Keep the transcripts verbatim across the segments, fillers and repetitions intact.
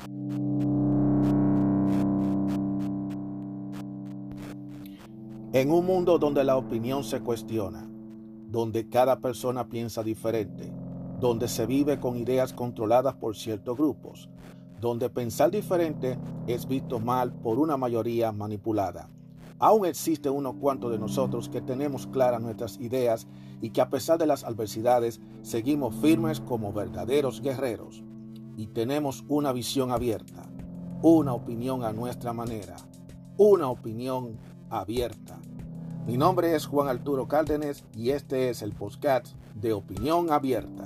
En un mundo donde la opinión se cuestiona, donde cada persona piensa diferente, donde se vive con ideas controladas por ciertos grupos, donde pensar diferente es visto mal por una mayoría manipulada, aún existe unos cuantos de nosotros que tenemos claras nuestras ideas y que a pesar de las adversidades seguimos firmes como verdaderos guerreros y tenemos una visión abierta, una opinión a nuestra manera, una opinión abierta. Mi nombre es Juan Arturo Cárdenas y este es el podcast de Opinión Abierta.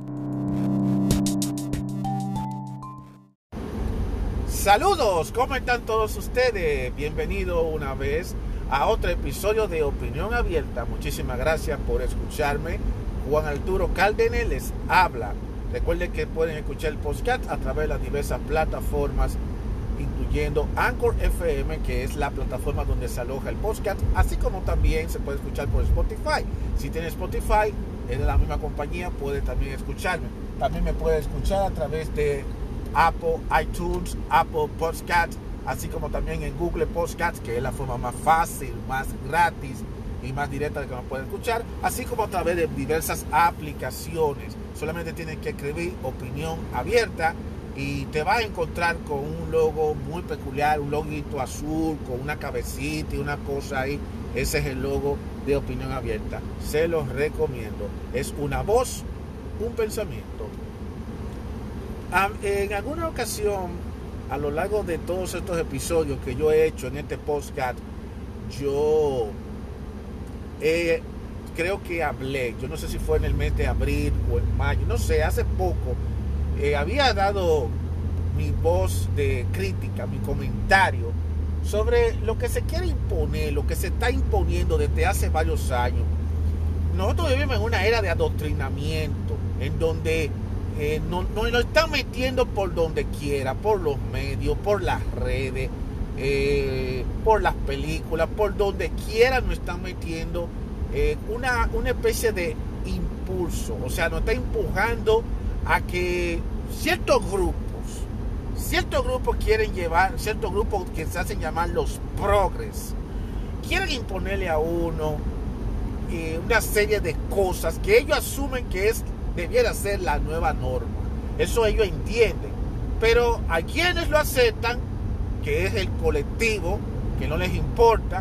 Saludos, ¿cómo están todos ustedes? Bienvenido una vez a otro episodio de Opinión Abierta. Muchísimas gracias por escucharme. Juan Arturo Cárdenas les habla. Recuerden que pueden escuchar el podcast a través de las diversas plataformas, incluyendo Anchor F M, que es la plataforma donde se aloja el podcast, así como también se puede escuchar por Spotify. Si tiene Spotify, es de la misma compañía, puede también escucharme. También me puede escuchar a través de Apple iTunes, Apple Podcasts, así como también en Google Podcasts, que es la forma más fácil, más gratis y más directa de que nos puede escuchar, así como a través de diversas aplicaciones. Solamente tienen que escribir Opinión Abierta y te vas a encontrar con un logo muy peculiar, un loguito azul con una cabecita y una cosa ahí. Ese es el logo de Opinión Abierta. Se los recomiendo. Es una voz, un pensamiento. En alguna ocasión, a lo largo de todos estos episodios que yo he hecho en este podcast, yo eh, creo que hablé, yo no sé si fue en el mes de abril o en mayo, no sé, hace poco, eh, había dado mi voz de crítica, mi comentario sobre lo que se quiere imponer, lo que se está imponiendo desde hace varios años. Nosotros vivimos en una era de adoctrinamiento, en donde Eh, nos no, no están metiendo por donde quiera, por los medios, por las redes, eh, por las películas, por donde quiera nos están metiendo eh, una, una especie de impulso. O sea, nos está empujando a que ciertos grupos, ciertos grupos quieren llevar, ciertos grupos que se hacen llamar los progres, quieren imponerle a uno eh, una serie de cosas que ellos asumen que es debiera ser la nueva norma. Eso ellos entienden. Pero a quienes lo aceptan, que es el colectivo, que no les importa,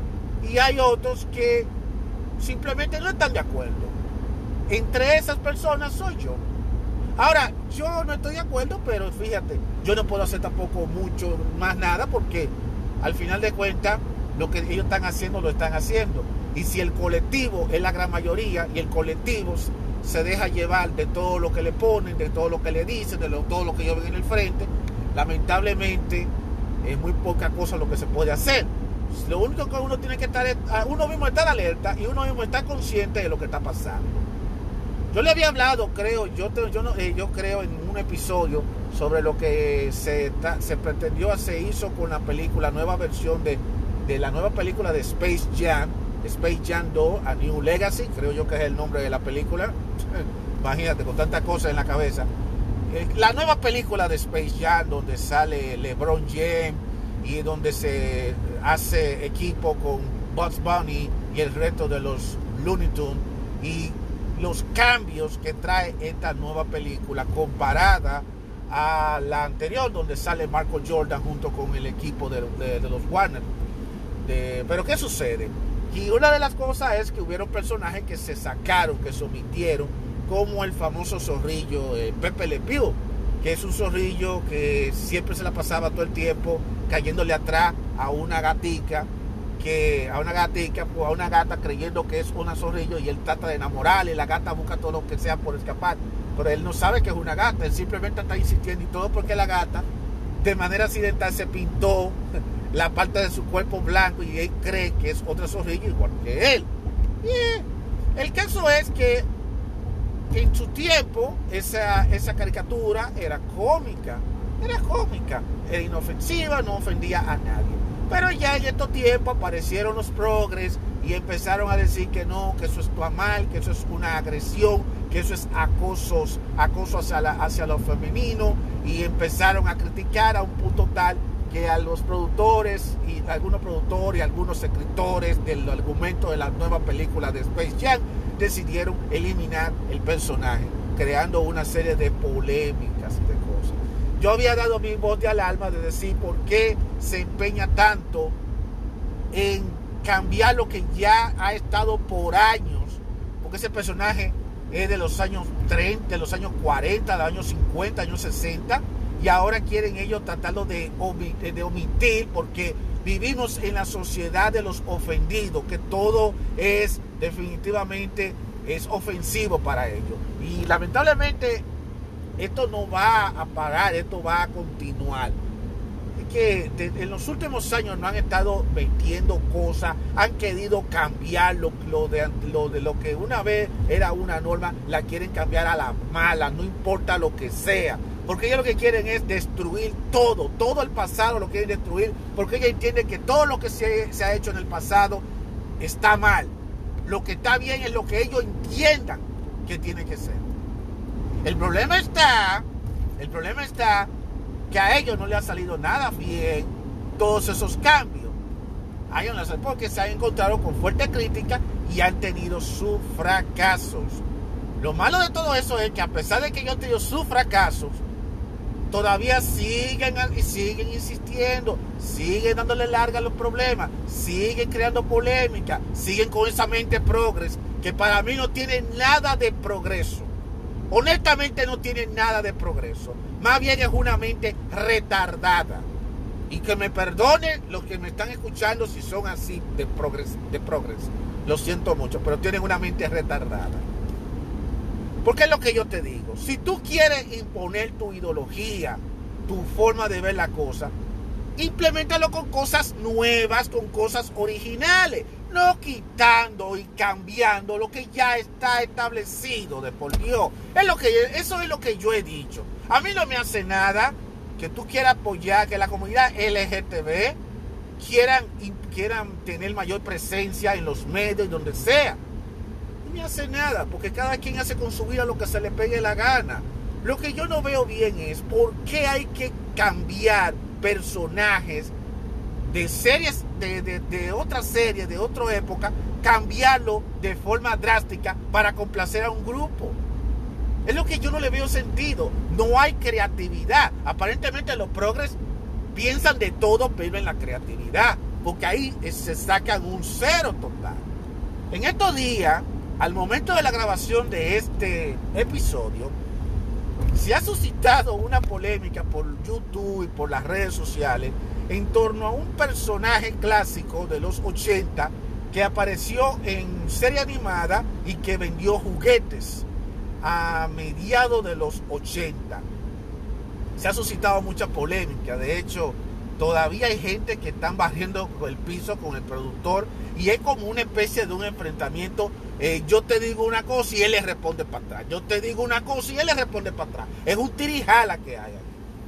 y hay otros que simplemente no están de acuerdo. Entre esas personas soy yo. Ahora, yo no estoy de acuerdo, pero fíjate, yo no puedo hacer tampoco mucho más nada, porque al final de cuentas, lo que ellos están haciendo, lo están haciendo. Y si el colectivo es la gran mayoría, y el colectivo se deja llevar de todo lo que le ponen, de todo lo que le dicen, de lo, todo lo que ellos ven en el frente, lamentablemente es muy poca cosa lo que se puede hacer. Lo único que uno tiene que estar es, uno mismo estar alerta y uno mismo estar consciente de lo que está pasando. Yo le había hablado, creo, yo, yo, no, eh, yo creo en un episodio sobre lo que se, se pretendió, se hizo con la película, nueva versión de, de la nueva película de Space Jam, Space Jam dos, A New Legacy, creo yo que es el nombre de la película. Imagínate, con tantas cosas en la cabeza. La nueva película de Space Jam, donde sale LeBron James y donde se hace equipo con Bugs Bunny y el resto de los Looney Tunes, y los cambios que trae esta nueva película comparada a la anterior, donde sale Michael Jordan junto con el equipo de, de, de los Warner. De, pero ¿qué sucede? Y una de las cosas es que hubieron personajes que se sacaron, que se omitieron, como el famoso zorrillo eh, Pepe Le Pew, que es un zorrillo que siempre se la pasaba todo el tiempo cayéndole atrás a una gatica, que a una gatica, pues a una gata, creyendo que es una zorrillo, y él trata de enamorarle, y la gata busca todo lo que sea por escapar, pero él no sabe que es una gata, él simplemente está insistiendo, y todo porque la gata de manera accidental se pintó la parte de su cuerpo blanco y él cree que es otro zorrillo igual que él. Y el caso es que en su tiempo esa, esa caricatura era cómica, era cómica, era inofensiva, no ofendía a nadie. Pero ya en estos tiempos aparecieron los progres y empezaron a decir que no, que eso está mal, que eso es una agresión, que eso es acoso, acoso hacia, la, hacia lo femenino, y empezaron a criticar a un punto tal que a los productores y algunos productores y algunos escritores del argumento de la nueva película de Space Jam decidieron eliminar el personaje, creando una serie de polémicas y de cosas. Yo había dado mi voz de alarma de decir por qué se empeña tanto en cambiar lo que ya ha estado por años, porque ese personaje es de los años treinta, de los años cuarenta, de los años cincuenta, años sesenta, y ahora quieren ellos tratarlo de omitir, de omitir porque vivimos en la sociedad de los ofendidos, que todo es definitivamente es ofensivo para ellos. Y lamentablemente esto no va a parar, esto va a continuar. Es que de, en los últimos años no han estado metiendo cosas, han querido cambiar lo, lo, de, lo de lo que una vez era una norma, la quieren cambiar a la mala, no importa lo que sea. Porque ellos lo que quieren es destruir todo, todo el pasado lo quieren destruir, porque ellos entienden que todo lo que se, se ha hecho en el pasado está mal. Lo que está bien es lo que ellos entiendan que tiene que ser. El problema está, el problema está que a ellos no les ha salido nada bien todos esos cambios. A ellos no les ha salido porque se han encontrado con fuerte crítica y han tenido sus fracasos. Lo malo de todo eso es que a pesar de que ellos han tenido sus fracasos, todavía siguen y siguen insistiendo, siguen dándole larga a los problemas, siguen creando polémica, siguen con esa mente progres, que para mí no tiene nada de progreso. Honestamente no tiene nada de progreso. Más bien es una mente retardada. Y que me perdonen los que me están escuchando si son así de progres, de progres. Lo siento mucho, pero tienen una mente retardada. Porque es lo que yo te digo. Si tú quieres imponer tu ideología, tu forma de ver la cosa, implementalo con cosas nuevas, con cosas originales. No quitando y cambiando lo que ya está establecido de por Dios. Es lo que, eso es lo que yo he dicho. A mí no me hace nada que tú quieras apoyar, que la comunidad L G B T quieran, quieran tener mayor presencia en los medios y donde sea. No me hace nada, porque cada quien hace con su vida lo que se le pegue la gana. Lo que yo no veo bien es por qué hay que cambiar personajes de series, de, de, de otras series, de otra época, cambiarlo de forma drástica para complacer a un grupo. Es lo que yo no le veo sentido. No hay creatividad. Aparentemente los progres piensan de todo, pero en la creatividad, porque ahí se sacan un cero total. En estos días, al momento de la grabación de este episodio, se ha suscitado una polémica por YouTube y por las redes sociales en torno a un personaje clásico de los ochenta que apareció en serie animada y que vendió juguetes a mediados de los ochenta. Se ha suscitado mucha polémica. De hecho, todavía hay gente que están barriendo el piso con el productor y es como una especie de un enfrentamiento. Eh, yo te digo una cosa y él le responde para atrás. Yo te digo una cosa y él le responde para atrás. Es un tirijala que hay aquí.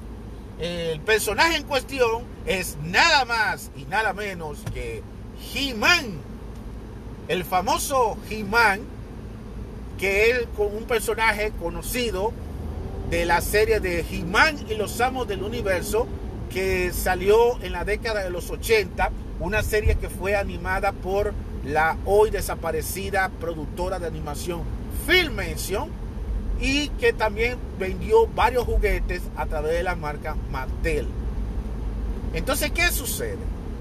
El personaje en cuestión es nada más y nada menos que He-Man. El famoso He-Man, que es un personaje conocido de la serie de He-Man y los Amos del Universo, que salió en la década de los ochenta, una serie que fue animada por la hoy desaparecida productora de animación Filmation, y que también vendió varios juguetes a través de la marca Mattel. Entonces, ¿qué sucede?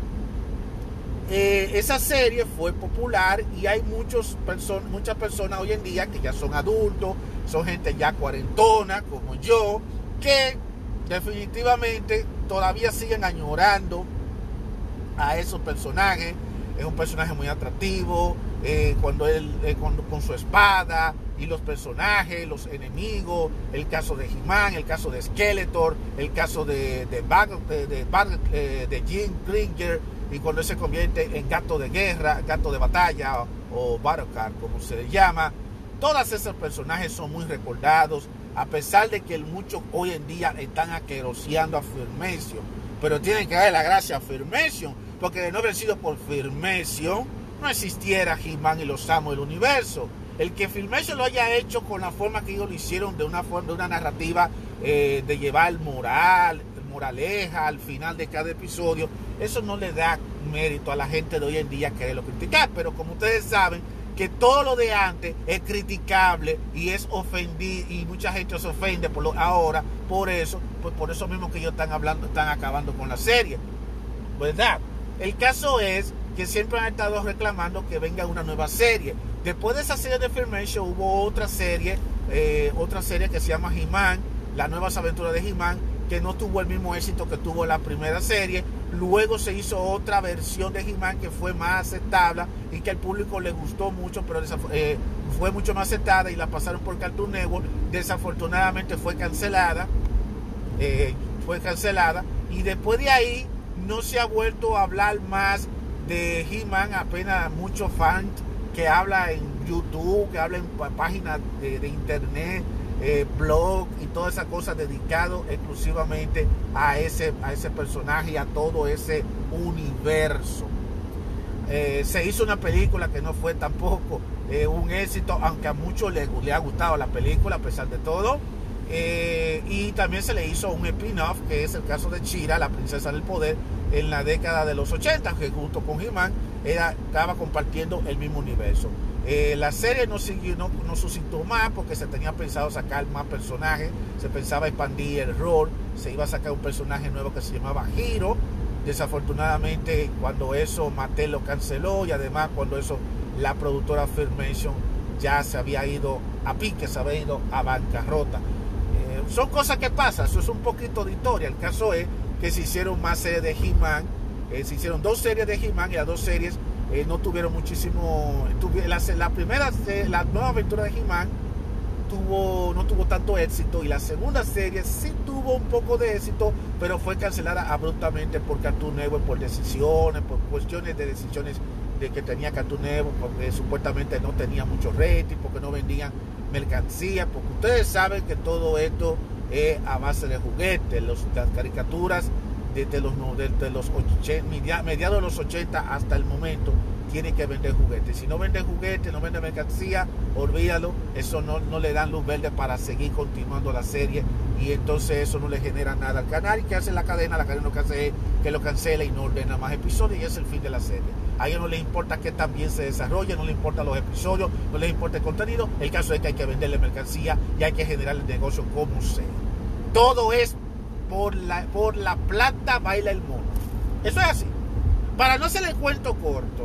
Eh, esa serie fue popular y hay muchos person- muchas personas hoy en día que ya son adultos, son gente ya cuarentona como yo, que definitivamente todavía siguen añorando a esos personajes. Es un personaje muy atractivo, eh, cuando él eh, con, con su espada y los personajes, los enemigos, el caso de He-Man, el caso de Skeletor, el caso de de, Bag, de, de, de, de Jim Klinger, y cuando él se convierte en gato de guerra, gato de batalla o Battlecar, como se le llama. Todos esos personajes son muy recordados, a pesar de que muchos hoy en día están aqueroseando a Filmation, pero tienen que darle la gracia a Filmation, porque de no haber sido por Filmation no existiera He-Man y los Amos del Universo. El que Filmation lo haya hecho con la forma que ellos lo hicieron, de una forma, de una narrativa eh, de llevar moral, moraleja al final de cada episodio. Eso no le da mérito a la gente de hoy en día quererlo criticar, pero como ustedes saben que todo lo de antes es criticable y es ofendido y mucha gente se ofende por lo ahora, por eso, pues por eso mismo que ellos están hablando, están acabando con la serie, ¿verdad? El caso es que siempre han estado reclamando que venga una nueva serie. Después de esa serie de Filmation hubo otra serie, eh, otra serie que se llama He-Man, las nuevas aventuras de He-Man, que no tuvo el mismo éxito que tuvo la primera serie. Luego se hizo otra versión de He-Man que fue más aceptable y que al público le gustó mucho, pero eh, fue mucho más aceptada y la pasaron por Cartoon Network. Desafortunadamente fue cancelada, eh, fue cancelada y después de ahí no se ha vuelto a hablar más de He-Man. Apenas muchos fans que hablan en YouTube, que hablan en páginas de, de internet, Eh, blog y todas esas cosas dedicado exclusivamente a ese, a ese personaje y a todo ese universo. Eh, se hizo una película que no fue tampoco eh, un éxito, aunque a muchos les, les ha gustado la película a pesar de todo. Eh, y también se le hizo un spin-off, que es el caso de She-Ra, la princesa del poder, en la década de los ochenta, que junto con He-Man era, estaba compartiendo el mismo universo. Eh, la serie no, siguió, no, no suscitó más porque se tenía pensado sacar más personajes, se pensaba expandir el rol, se iba a sacar un personaje nuevo que se llamaba Hiro. Desafortunadamente cuando eso Mattel lo canceló y además cuando eso la productora Filmation ya se había ido a pique, se había ido a bancarrota. Eh, son cosas que pasan, eso es un poquito de historia. El caso es que se hicieron más series de He-Man, eh, se hicieron dos series de He-Man y las dos series Eh, no tuvieron muchísimo. Tuvi, la, la primera, la nueva aventura de He-Man tuvo, no tuvo tanto éxito y la segunda serie sí tuvo un poco de éxito, pero fue cancelada abruptamente por Cartoon Network por decisiones, por cuestiones de decisiones de que tenía Cartoon Network, porque supuestamente no tenía mucho rating, porque no vendían mercancía, porque ustedes saben que todo esto es a base de juguetes, los, las caricaturas. Desde los, desde los ochenta, mediados de los ochenta hasta el momento tiene que vender juguetes. Si no vende juguetes, no vende mercancía, olvídalo, eso no, no le dan luz verde para seguir continuando la serie y entonces eso no le genera nada al canal. ¿Y qué hace la cadena? La cadena lo que hace es que lo cancela y no ordena más episodios y es el fin de la serie. A ellos no les importa que también se desarrolle, no les importan los episodios, no les importa el contenido. El caso es que hay que venderle mercancía y hay que generar el negocio como sea. Todo es Por la, por la plata baila el mono. Eso es así. Para no hacer el cuento corto,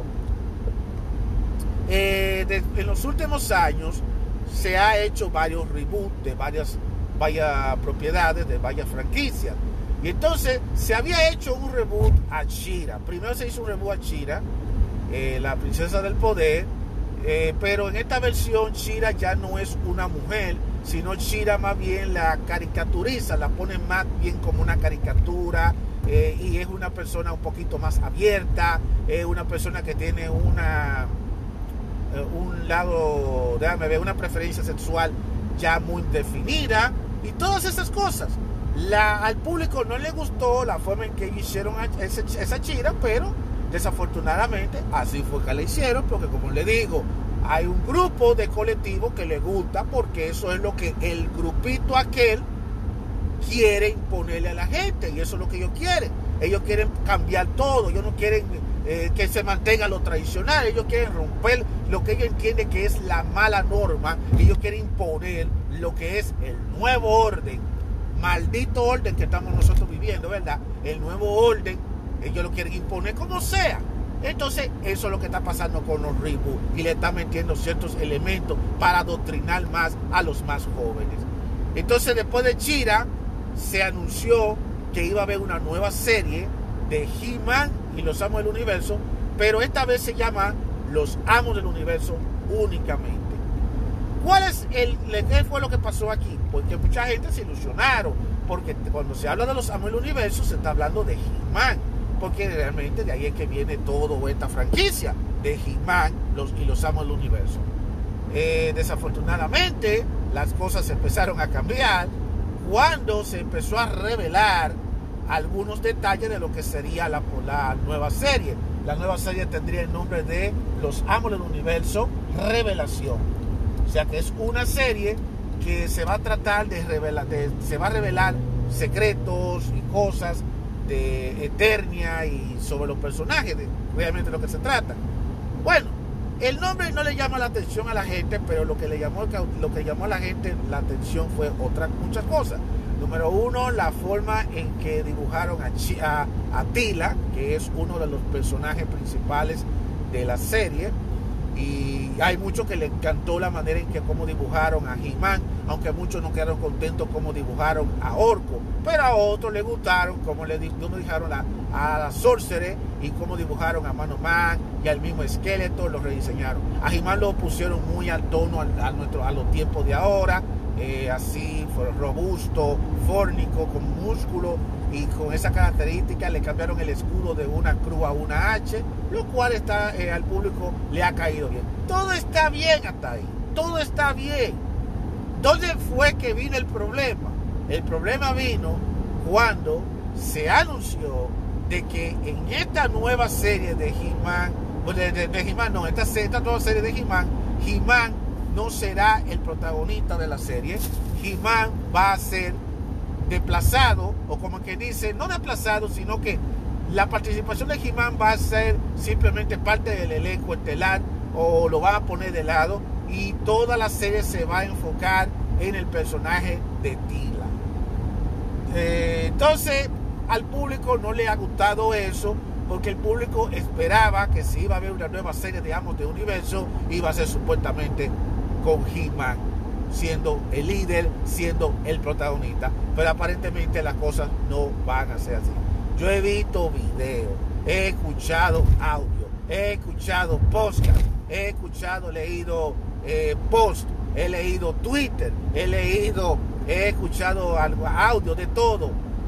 eh, de, en los últimos años se ha hecho varios reboots de varias, varias propiedades, de varias franquicias. Y entonces se había hecho un reboot a She-Ra. Primero se hizo un reboot a She-Ra, eh, la princesa del poder, eh, pero en esta versión She-Ra ya no es una mujer, sino She-Ra más bien la caricaturiza, la pone más bien como una caricatura, eh, y es una persona un poquito más abierta, es eh, una persona que tiene una eh, un lado, déjame ver, una preferencia sexual ya muy definida y todas esas cosas. La, al público no le gustó la forma en que hicieron a ese, esa She-Ra, pero desafortunadamente así fue que la hicieron, porque como le digo, hay un grupo de colectivo que le gusta porque eso es lo que el grupito aquel quiere imponerle a la gente y eso es lo que ellos quieren. Ellos quieren cambiar todo, ellos no quieren eh, que se mantenga lo tradicional, ellos quieren romper lo que ellos entienden que es la mala norma, ellos quieren imponer lo que es el nuevo orden, maldito orden que estamos nosotros viviendo, ¿verdad? El nuevo orden, ellos lo quieren imponer como sea. Entonces, eso es lo que está pasando con los reboots y le están metiendo ciertos elementos para adoctrinar más a los más jóvenes. Entonces, después de She-Ra, se anunció que iba a haber una nueva serie de He-Man y los Amos del Universo, pero esta vez se llama Los Amos del Universo únicamente. ¿Cuál es el, qué fue lo que pasó aquí? Porque mucha gente se ilusionaron, porque cuando se habla de los Amos del Universo se está hablando de He-Man, porque realmente de ahí es que viene toda esta franquicia de He-Man los, y los Amos del Universo. Eh, desafortunadamente las cosas empezaron a cambiar cuando se empezó a revelar algunos detalles de lo que sería la, la nueva serie. La nueva serie tendría el nombre de Los Amos del Universo Revelación. O sea que es una serie que se va a tratar de revelar, de, se va a revelar secretos y cosas de Eternia y sobre los personajes, de realmente lo que se trata. Bueno, el nombre no le llama la atención a la gente, pero lo que le llamó, lo que llamó a la gente la atención fue otras muchas cosas. Número uno, la forma en que dibujaron a, a, a Teela, que es uno de los personajes principales de la serie. Y hay muchos que le encantó la manera en que cómo dibujaron a He-Man, aunque muchos no quedaron contentos cómo dibujaron a Orko, pero a otros les gustaron cómo le dibujaron a, a la Sorcerer y cómo dibujaron a Man-O Man y al mismo esqueleto, lo rediseñaron. A He-Man lo pusieron muy al tono a, a, nuestro, a los tiempos de ahora, eh, así fue robusto, fórnico, con músculo y con esa característica. Le cambiaron el escudo de una cruz a una H, lo cual está eh, al público le ha caído bien. Todo está bien hasta ahí, todo está bien. ¿Dónde fue que vino el problema? El problema vino cuando se anunció de que en esta nueva serie de He-Man, de, de, de He-Man no, esta, esta nueva serie de He-Man, He-Man no será el protagonista de la serie. He-Man va a ser desplazado, o como que dice, no desplazado, sino que la participación de He-Man va a ser simplemente parte del elenco estelar, o lo van a poner de lado, y toda la serie se va a enfocar en el personaje de Teela. Eh, entonces, al público no le ha gustado eso, porque el público esperaba que si iba a haber una nueva serie, digamos, de universo, iba a ser supuestamente con He-Man siendo el líder, siendo el protagonista, pero aparentemente las cosas no van a ser así. Yo he visto videos, he escuchado audio, he escuchado podcast, he escuchado, leído eh, post, he leído Twitter, he leído, he escuchado algo, audio de todo,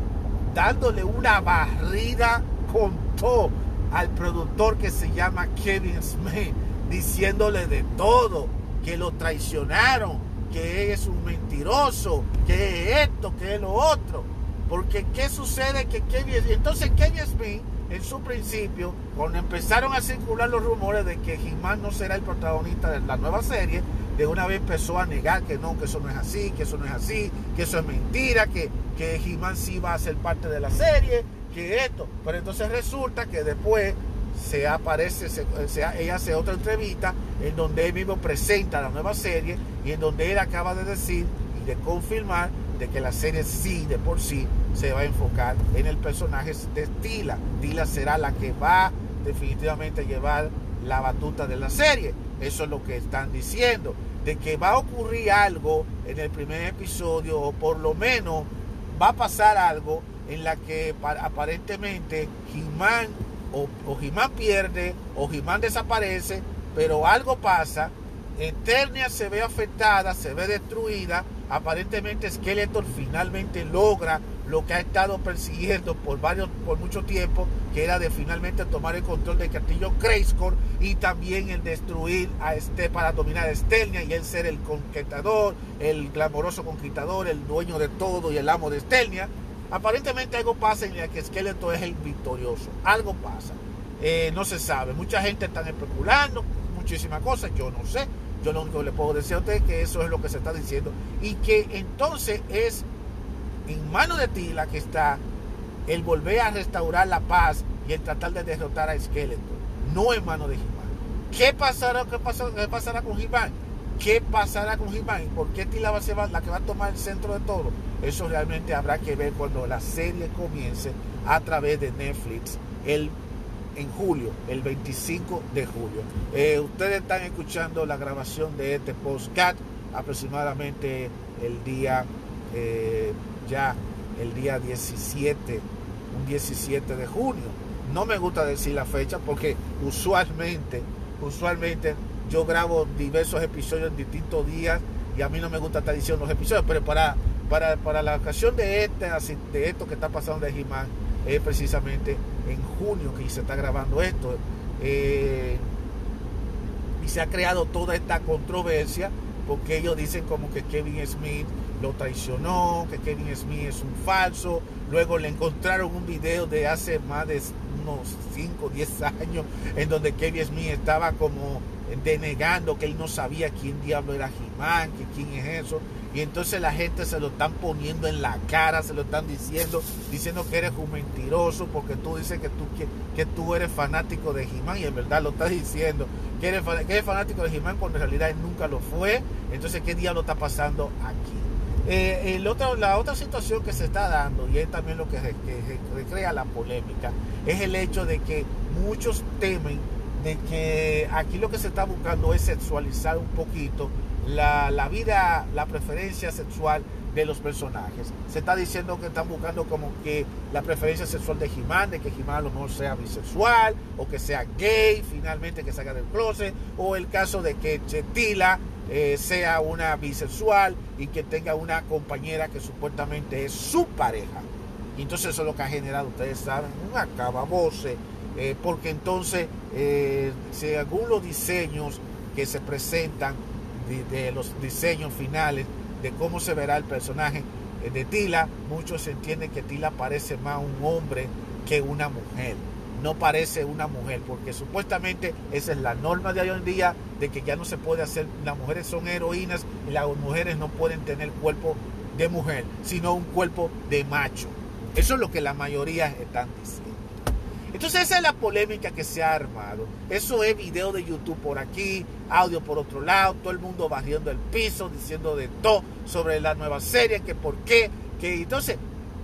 dándole una barrida con todo al productor que se llama Kevin Smith, diciéndole de todo, que lo traicionaron, que es un mentiroso, que es esto, que es lo otro. Porque ¿qué sucede? Que Kevin, entonces Kevin Smith, en su principio, cuando empezaron a circular los rumores de que He-Man no será el protagonista de la nueva serie, de una vez empezó a negar que no, que eso no es así, que eso no es así, que eso es mentira, que, que He-Man sí va a ser parte de la serie, que esto. Pero entonces resulta que después se aparece, se, se, ella hace otra entrevista en donde él mismo presenta la nueva serie y en donde él acaba de decir y de confirmar de que la serie sí, de por sí, se va a enfocar en el personaje de Teela. Teela será la que va definitivamente a llevar la batuta de la serie. Eso es lo que están diciendo, de que va a ocurrir algo en el primer episodio, o por lo menos va a pasar algo en la que aparentemente He-Man o, o He-Man pierde o He-Man desaparece, pero algo pasa. Eternia se ve afectada, se ve destruida. Aparentemente Skeletor finalmente logra lo que ha estado persiguiendo por varios, por mucho tiempo, que era de finalmente tomar el control del castillo Grayskull y también el destruir a este para dominar a Eternia y él ser el conquistador, el glamoroso conquistador, el dueño de todo y el amo de Eternia. Aparentemente algo pasa en el que Skeletor es el victorioso. Algo pasa. Eh, no se sabe. Mucha gente está especulando muchísimas cosas. Yo no sé. Yo lo único que le puedo decir a ustedes es que eso es lo que se está diciendo. Y que entonces es en manos de Teela que está el volver a restaurar la paz y el tratar de derrotar a Skeletor. No en manos de He-Man. ¿Qué pasará, qué pasará, qué pasará con He-Man? ¿Qué pasará con He-Man? ¿Y por qué Teela va a ser la que va a tomar el centro de todo? Eso realmente habrá que ver cuando la serie comience a través de Netflix el, en julio, el veinticinco de julio. Eh, ustedes están escuchando la grabación de este podcast aproximadamente el día, eh, ya el día diecisiete, un diecisiete de junio. No me gusta decir la fecha porque usualmente, usualmente yo grabo diversos episodios en distintos días y a mí no me gusta estar diciendo los episodios, pero para, para, para la ocasión de, este, de esto que está pasando de He-Man, es precisamente en junio que se está grabando esto. Eh, y se ha creado toda esta controversia porque ellos dicen como que Kevin Smith lo traicionó, que Kevin Smith es un falso. Luego le encontraron un video de hace más de unos cinco o diez años en donde Kevin Smith estaba como denegando que él no sabía quién diablo era He-Man, que quién es eso, y entonces la gente se lo están poniendo en la cara, se lo están diciendo, diciendo que eres un mentiroso porque tú dices que tú, que, que tú eres fanático de He-Man, y en verdad lo estás diciendo, que eres, que eres fanático de He-Man cuando en realidad él nunca lo fue. Entonces, ¿qué diablo está pasando aquí? Eh, el otro, la otra situación que se está dando, y es también lo que, que, que recrea la polémica, es el hecho de que muchos temen de que aquí lo que se está buscando es sexualizar un poquito la, la vida, la preferencia sexual de los personajes. Se está diciendo que están buscando como que la preferencia sexual de He-Man, de que He-Man a lo mejor sea bisexual, o que sea gay, finalmente que salga del closet, o el caso de que Teela eh, sea una bisexual y que tenga una compañera que supuestamente es su pareja. Y entonces eso es lo que ha generado, ustedes saben, un acabavoce, eh, porque entonces, eh, según los diseños que se presentan, de, de los diseños finales, de cómo se verá el personaje de Teela, muchos entienden que Teela parece más un hombre que una mujer. No parece una mujer, porque supuestamente esa es la norma de hoy en día, de que ya no se puede hacer, las mujeres son heroínas y las mujeres no pueden tener cuerpo de mujer, sino un cuerpo de macho. Eso es lo que la mayoría están diciendo. Entonces esa es la polémica que se ha armado. Eso es video de YouTube por aquí, audio por otro lado, todo el mundo barriendo el piso, diciendo de todo sobre la nueva serie, que por qué, que entonces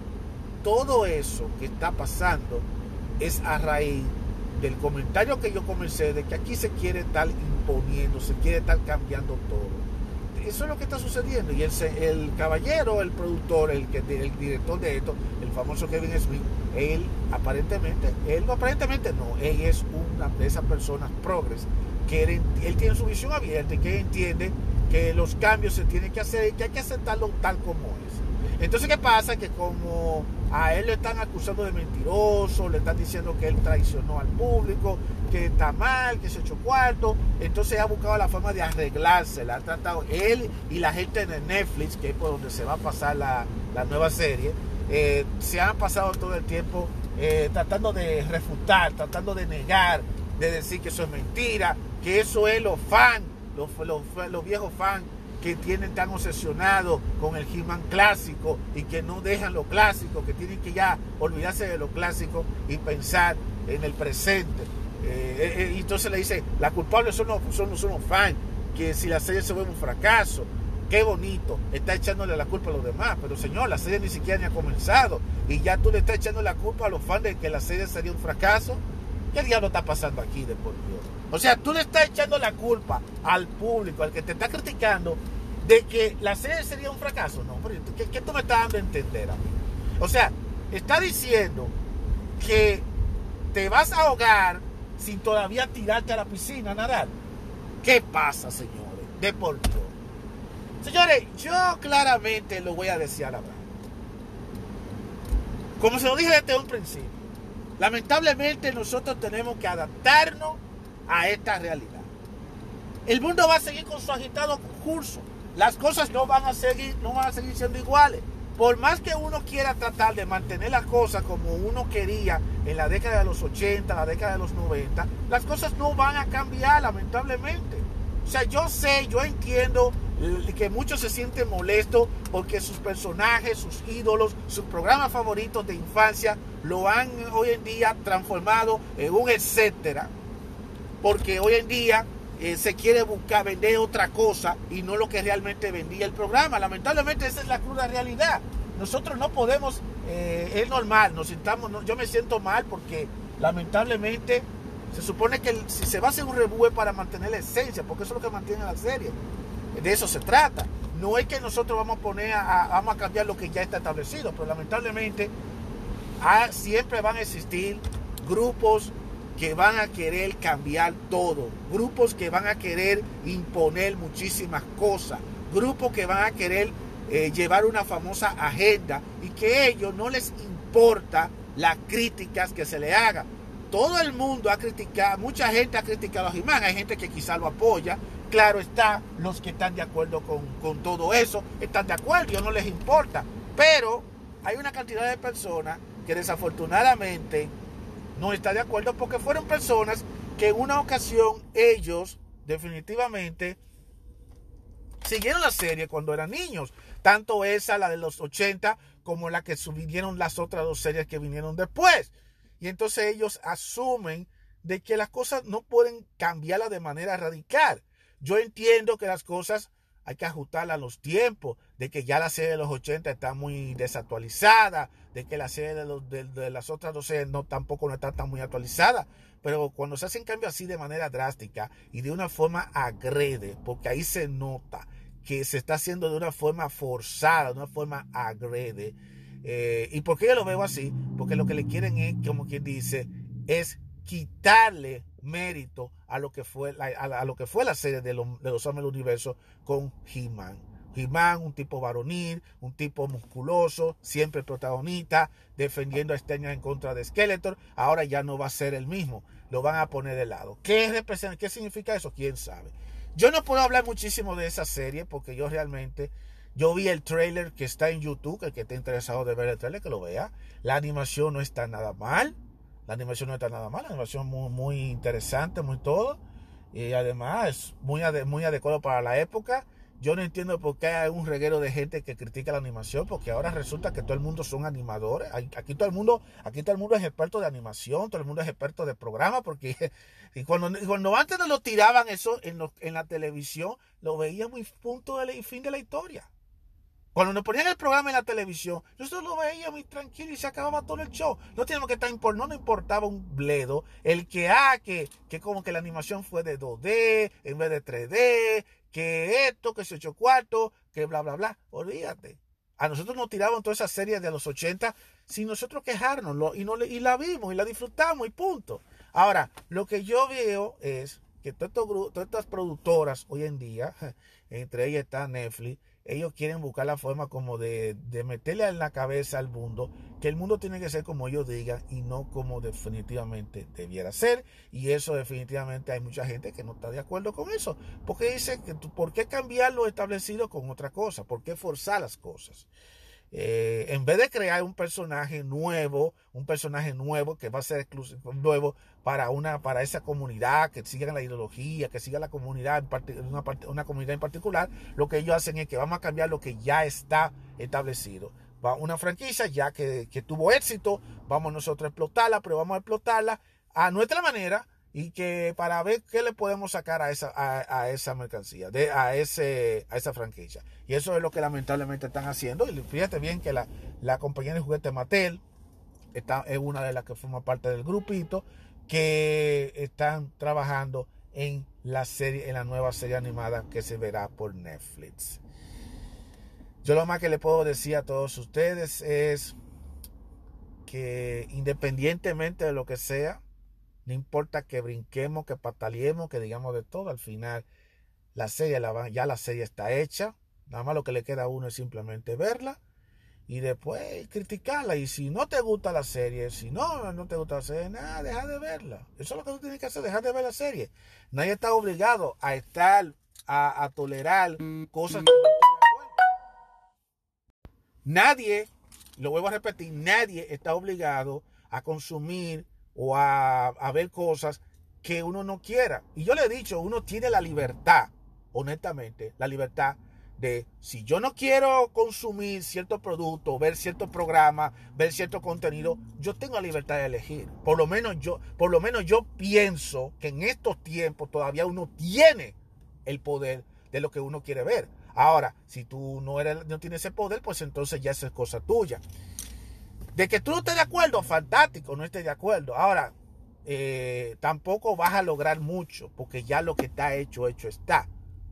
todo eso que está pasando es a raíz del comentario que yo comencé, de que aquí se quiere estar imponiendo, se quiere estar cambiando todo. Eso es lo que está sucediendo, y el, el caballero, el productor, el, que, el director de esto, el famoso Kevin Smith, él aparentemente, él no aparentemente no, él es una de esas personas progres, que él, él tiene su visión abierta y que entiende que los cambios se tienen que hacer y que hay que aceptarlo tal como es. Entonces, ¿qué pasa? Que como a él le están acusando de mentiroso, le están diciendo que él traicionó al público, que está mal, que se echó cuarto, entonces ha buscado la forma de arreglársela. Ha tratado él y la gente de Netflix, que es por donde se va a pasar la, la nueva serie, eh, se han pasado todo el tiempo eh, tratando de refutar, tratando de negar, de decir que eso es mentira, que eso es los fans, los, los, los viejos fans que tienen tan obsesionados con el He-Man clásico y que no dejan lo clásico, que tienen que ya olvidarse de lo clásico y pensar en el presente. Eh, eh, y entonces le dice, la culpable son los, son, son los fans, que si la serie se ve un fracaso, qué bonito, está echándole la culpa a los demás, pero señor, la serie ni siquiera ni ha comenzado y ya tú le estás echando la culpa a los fans de que la serie sería un fracaso. ¿Qué diablo está pasando aquí, de por Dios? O sea, tú le estás echando la culpa al público, al que te está criticando, de que la serie sería un fracaso. No, pero ¿qué, qué tú me estás dando a entender a mí? O sea, está diciendo que te vas a ahogar sin todavía tirarte a la piscina a nadar. ¿Qué pasa, señores? De por Dios. Señores, yo claramente lo voy a decir a la verdad. Como se lo dije desde un principio, lamentablemente nosotros tenemos que adaptarnos a esta realidad. El mundo va a seguir con su agitado curso. Las cosas no van a seguir, no van a seguir siendo iguales. Por más que uno quiera tratar de mantener las cosas como uno quería en la década de los ochenta, la década de los noventa, las cosas no van a cambiar, lamentablemente. O sea, yo sé, yo entiendo que muchos se sienten molestos porque sus personajes, sus ídolos, sus programas favoritos de infancia lo han hoy en día transformado en un etcétera. Porque hoy en día eh, se quiere buscar vender otra cosa y no lo que realmente vendía el programa. Lamentablemente esa es la cruda realidad. Nosotros no podemos, eh, es normal, nos sintamos, no, yo me siento mal porque lamentablemente se supone que el, si se va a hacer un reboot es para mantener la esencia, porque eso es lo que mantiene la serie. De eso se trata. No es que nosotros vamos a poner a, a, vamos a cambiar lo que ya está establecido, pero lamentablemente a, siempre van a existir grupos que van a querer cambiar todo, grupos que van a querer imponer muchísimas cosas, grupos que van a querer eh, llevar una famosa agenda y que a ellos no les importa las críticas que se le hagan. Todo el mundo ha criticado, mucha gente ha criticado a He-Man, hay gente que quizá lo apoya, claro está, los que están de acuerdo con, con todo eso, están de acuerdo, no les importa, pero hay una cantidad de personas que desafortunadamente no están de acuerdo porque fueron personas que en una ocasión ellos definitivamente siguieron la serie cuando eran niños. Tanto esa, la de los ochenta, como la que subieron las otras dos series que vinieron después. Y entonces ellos asumen de que las cosas no pueden cambiarlas de manera radical. Yo entiendo que las cosas hay que ajustarlas a los tiempos, de que ya la serie de los ochenta está muy desactualizada, de que la serie de, los, de, de las otras dos series no, tampoco no está tan muy actualizada. Pero cuando se hacen cambios así de manera drástica y de una forma agrede, porque ahí se nota que se está haciendo de una forma forzada, de una forma agrede. Eh, ¿Y por qué yo lo veo así? Porque lo que le quieren es, como quien dice, es quitarle mérito a lo que fue la, a, a lo que fue la serie de, lo, de los Hombres del Universo con He-Man. He-Man, un tipo varonil, un tipo musculoso, siempre protagonista, defendiendo a Steiner en contra de Skeletor. Ahora ya no va a ser el mismo, lo van a poner de lado. ¿Qué representa? ¿Qué significa eso? ¿Quién sabe? Yo no puedo hablar muchísimo de esa serie porque yo realmente, yo vi el trailer que está en YouTube, el que esté interesado de ver el trailer que lo vea. La animación no está nada mal, la animación no está nada mal, la animación muy, muy interesante, muy todo. Y además es muy, ade muy adecuado para la época. Yo no entiendo por qué hay un reguero de gente que critica la animación, porque ahora resulta que todo el mundo son animadores. Aquí todo el mundo, aquí todo el mundo es experto de animación, todo el mundo es experto de programa, porque y cuando, cuando antes nos lo tiraban eso en, lo, en la televisión, lo veíamos y punto de la, y fin de la historia. Cuando nos ponían el programa en la televisión, nosotros lo veíamos muy tranquilo y se acababa todo el show. No teníamos que estar impor, no nos importaba un bledo. El que, ah, que, que como que la animación fue de dos D en vez de tres D, que esto, que se ocho cuartos, que bla, bla, bla. Olvídate. A nosotros nos tiraban todas esas series de los ochenta sin nosotros quejarnos. Y, no, y la vimos y la disfrutamos y punto. Ahora, lo que yo veo es que todos estos, todas estas productoras hoy en día, entre ellas está Netflix, ellos quieren buscar la forma como de, de meterle en la cabeza al mundo que el mundo tiene que ser como ellos digan y no como definitivamente debiera ser. Y eso definitivamente hay mucha gente que no está de acuerdo con eso, porque dice que ¿por qué cambiar lo establecido con otra cosa? ¿Por qué forzar las cosas? Eh, en vez de crear un personaje nuevo, un personaje nuevo que va a ser exclusivo, nuevo para una, para esa comunidad, que siga la ideología, que siga la comunidad, en parte, una, parte, una comunidad en particular, lo que ellos hacen es que vamos a cambiar lo que ya está establecido. Va una franquicia ya que, que tuvo éxito, vamos nosotros a explotarla, pero vamos a explotarla a nuestra manera y que para ver qué le podemos sacar a esa, a, a esa mercancía, de, a, ese, a esa franquicia. Y eso es lo que lamentablemente están haciendo. Y fíjate bien que la, la compañía de juguetes Mattel está, es una de las que forma parte del grupito que están trabajando en la serie, en la nueva serie animada que se verá por Netflix. Yo lo más que le puedo decir a todos ustedes es que independientemente de lo que sea, no importa que brinquemos, que pataleemos, que digamos de todo, al final la serie la, ya la serie está hecha. Nada más lo que le queda a uno es simplemente verla y después criticarla. Y si no te gusta la serie, si no, no te gusta la serie, nada, deja de verla. Eso es lo que tú tienes que hacer, dejar de ver la serie. Nadie está obligado a estar, a, a tolerar cosas que no están de acuerdo. Nadie, lo vuelvo a repetir, nadie está obligado a consumir o a, a ver cosas que uno no quiera. Y yo le he dicho, uno tiene la libertad, honestamente, la libertad de, si yo no quiero consumir cierto producto, ver cierto programa, ver cierto contenido, yo tengo la libertad de elegir. Por lo menos yo, por lo menos yo pienso que en estos tiempos todavía uno tiene el poder de lo que uno quiere ver. Ahora, si tú no eres, no tienes ese poder, pues entonces ya esa es cosa tuya. De que tú no estés de acuerdo, fantástico, no estés de acuerdo. Ahora, eh, tampoco vas a lograr mucho, porque ya lo que está hecho, hecho está.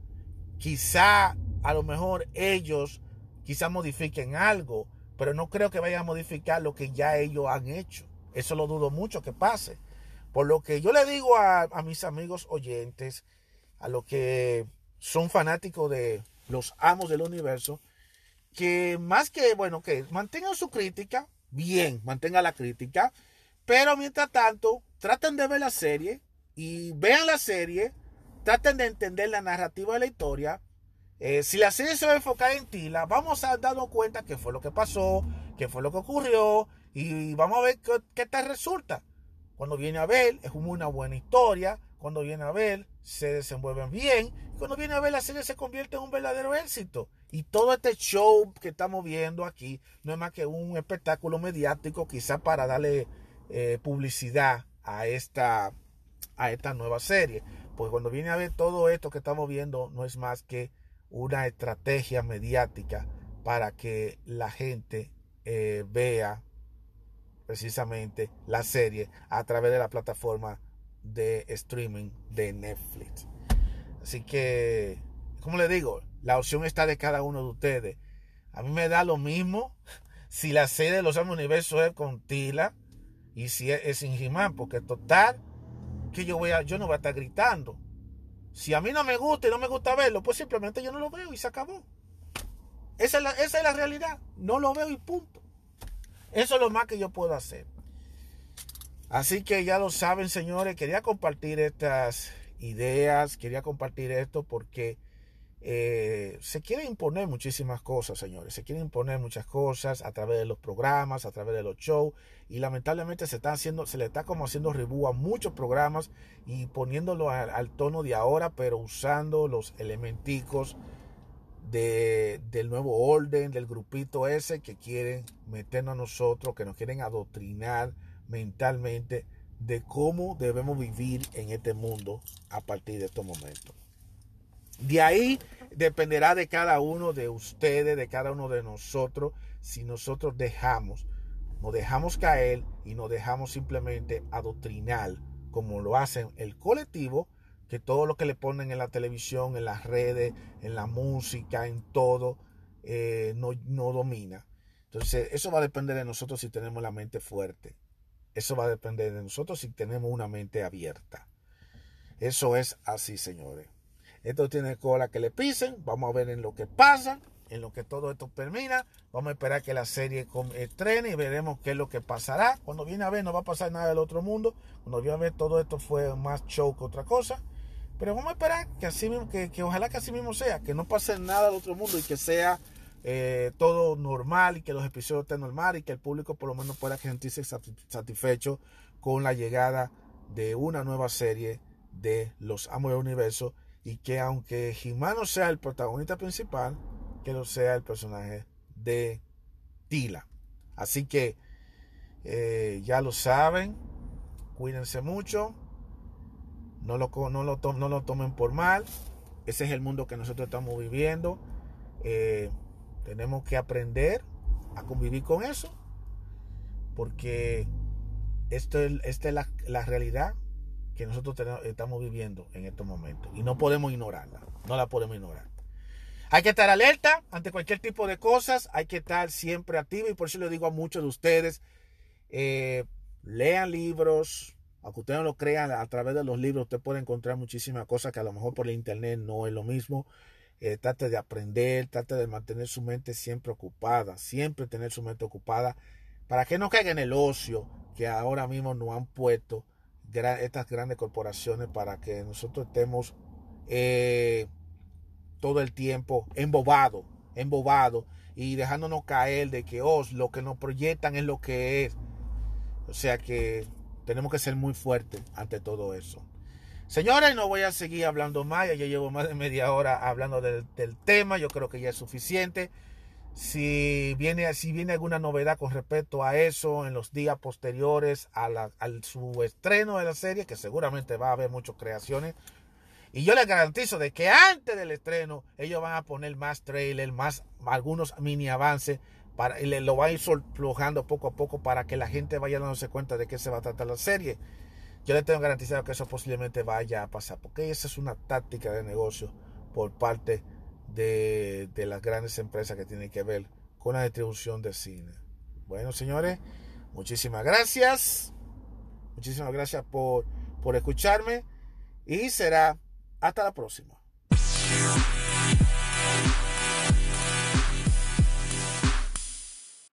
Quizá, a lo mejor ellos, quizá modifiquen algo, pero no creo que vayan a modificar lo que ya ellos han hecho. Eso lo dudo mucho que pase. Por lo que yo le digo a, a mis amigos oyentes, a los que son fanáticos de los amos del universo, que más que, bueno, que mantengan su crítica, bien, mantengan la crítica, pero mientras tanto, traten de ver la serie y vean la serie, traten de entender la narrativa de la historia. Eh, si la serie se va a enfocar en Teela, vamos a darnos cuenta qué fue lo que pasó, qué fue lo que ocurrió y vamos a ver qué, qué tal resulta. Cuando viene a ver, es una buena historia cuando viene a ver, se desenvuelven bien. Y cuando viene a ver, la serie se convierte en un verdadero éxito. Y todo este show que estamos viendo aquí no es más que un espectáculo mediático, quizá para darle eh, publicidad a esta, a esta nueva serie. Porque cuando viene a ver, todo esto que estamos viendo no es más que una estrategia mediática para que la gente eh, vea precisamente la serie a través de la plataforma de streaming de Netflix. Así que, como les digo, la opción está de cada uno de ustedes. A mí me da lo mismo si la serie de los Amos Universo es con Tila y si es, es sin He-Man, porque total, que yo voy a, yo no voy a estar gritando. Si a mí no me gusta y no me gusta verlo, pues simplemente yo no lo veo y se acabó. Esa es la, esa es la realidad. No lo veo y punto. Eso es lo más que yo puedo hacer. Así que ya lo saben, señores. Quería compartir estas ideas. Quería compartir esto porque eh, se quieren imponer muchísimas cosas, señores. Se quieren imponer muchas cosas a través de los programas, a través de los shows. Y lamentablemente se está haciendo, se le está como haciendo reboot a muchos programas y poniéndolo al, al tono de ahora, pero usando los elementicos De, del nuevo orden, del grupito ese que quieren meternos a nosotros, que nos quieren adoctrinar mentalmente de cómo debemos vivir en este mundo a partir de estos momentos. De ahí dependerá de cada uno de ustedes, de cada uno de nosotros, si nosotros dejamos, nos dejamos caer y nos dejamos simplemente adoctrinar, como lo hacen el colectivo, que todo lo que le ponen en la televisión, en las redes, en la música, en todo, eh, no, no domina. Entonces, eso va a depender de nosotros si tenemos la mente fuerte. Eso va a depender de nosotros si tenemos una mente abierta. Eso es así, señores. Esto tiene cola que le pisen. Vamos a ver en lo que pasa, en lo que todo esto termina. Vamos a esperar que la serie estrene y veremos qué es lo que pasará. Cuando viene a ver, no va a pasar nada del otro mundo. Cuando viene a ver, todo esto fue más show que otra cosa. Pero vamos a esperar que así mismo, que, que ojalá que así mismo sea, que no pase nada del otro mundo y que sea eh, todo normal y que los episodios estén normal y que el público por lo menos pueda sentirse satisfecho con la llegada de una nueva serie de los Amos del Universo y que aunque He-Man no sea el protagonista principal, que lo sea el personaje de Tila. Así que eh, ya lo saben, cuídense mucho. No lo, no, lo, no lo tomen por mal. Ese es el mundo que nosotros estamos viviendo. Eh, tenemos que aprender a convivir con eso. Porque esto es, esta es la, la realidad que nosotros tenemos, estamos viviendo en estos momentos. Y no podemos ignorarla. No la podemos ignorar. Hay que estar alerta ante cualquier tipo de cosas. Hay que estar siempre activo. Y por eso le digo a muchos de ustedes, eh, lean libros. Aunque ustedes no lo crean, a través de los libros usted puede encontrar muchísimas cosas que a lo mejor por el internet no es lo mismo. Eh, trate de aprender, trate de mantener su mente siempre ocupada, siempre tener su mente ocupada para que no caiga en el ocio que ahora mismo nos han puesto estas grandes corporaciones para que nosotros estemos eh, todo el tiempo embobados, embobados y dejándonos caer de que oh, lo que nos proyectan es lo que es. O sea que tenemos que ser muy fuertes ante todo eso. Señores, no voy a seguir hablando más. Ya llevo más de media hora hablando del, del tema. Yo creo que ya es suficiente. Si viene, si viene alguna novedad con respecto a eso en los días posteriores a, la, a su estreno de la serie, que seguramente va a haber muchas creaciones. Y yo les garantizo de que antes del estreno ellos van a poner más trailers, más algunos mini avances. Para, y le, lo va a ir soltando poco a poco para que la gente vaya dándose cuenta de qué se va a tratar la serie. Yo le tengo garantizado que eso posiblemente vaya a pasar, porque esa es una táctica de negocio por parte de, de las grandes empresas que tienen que ver con la distribución de cine. Bueno, señores, muchísimas gracias. Muchísimas gracias por, por escucharme y será hasta la próxima.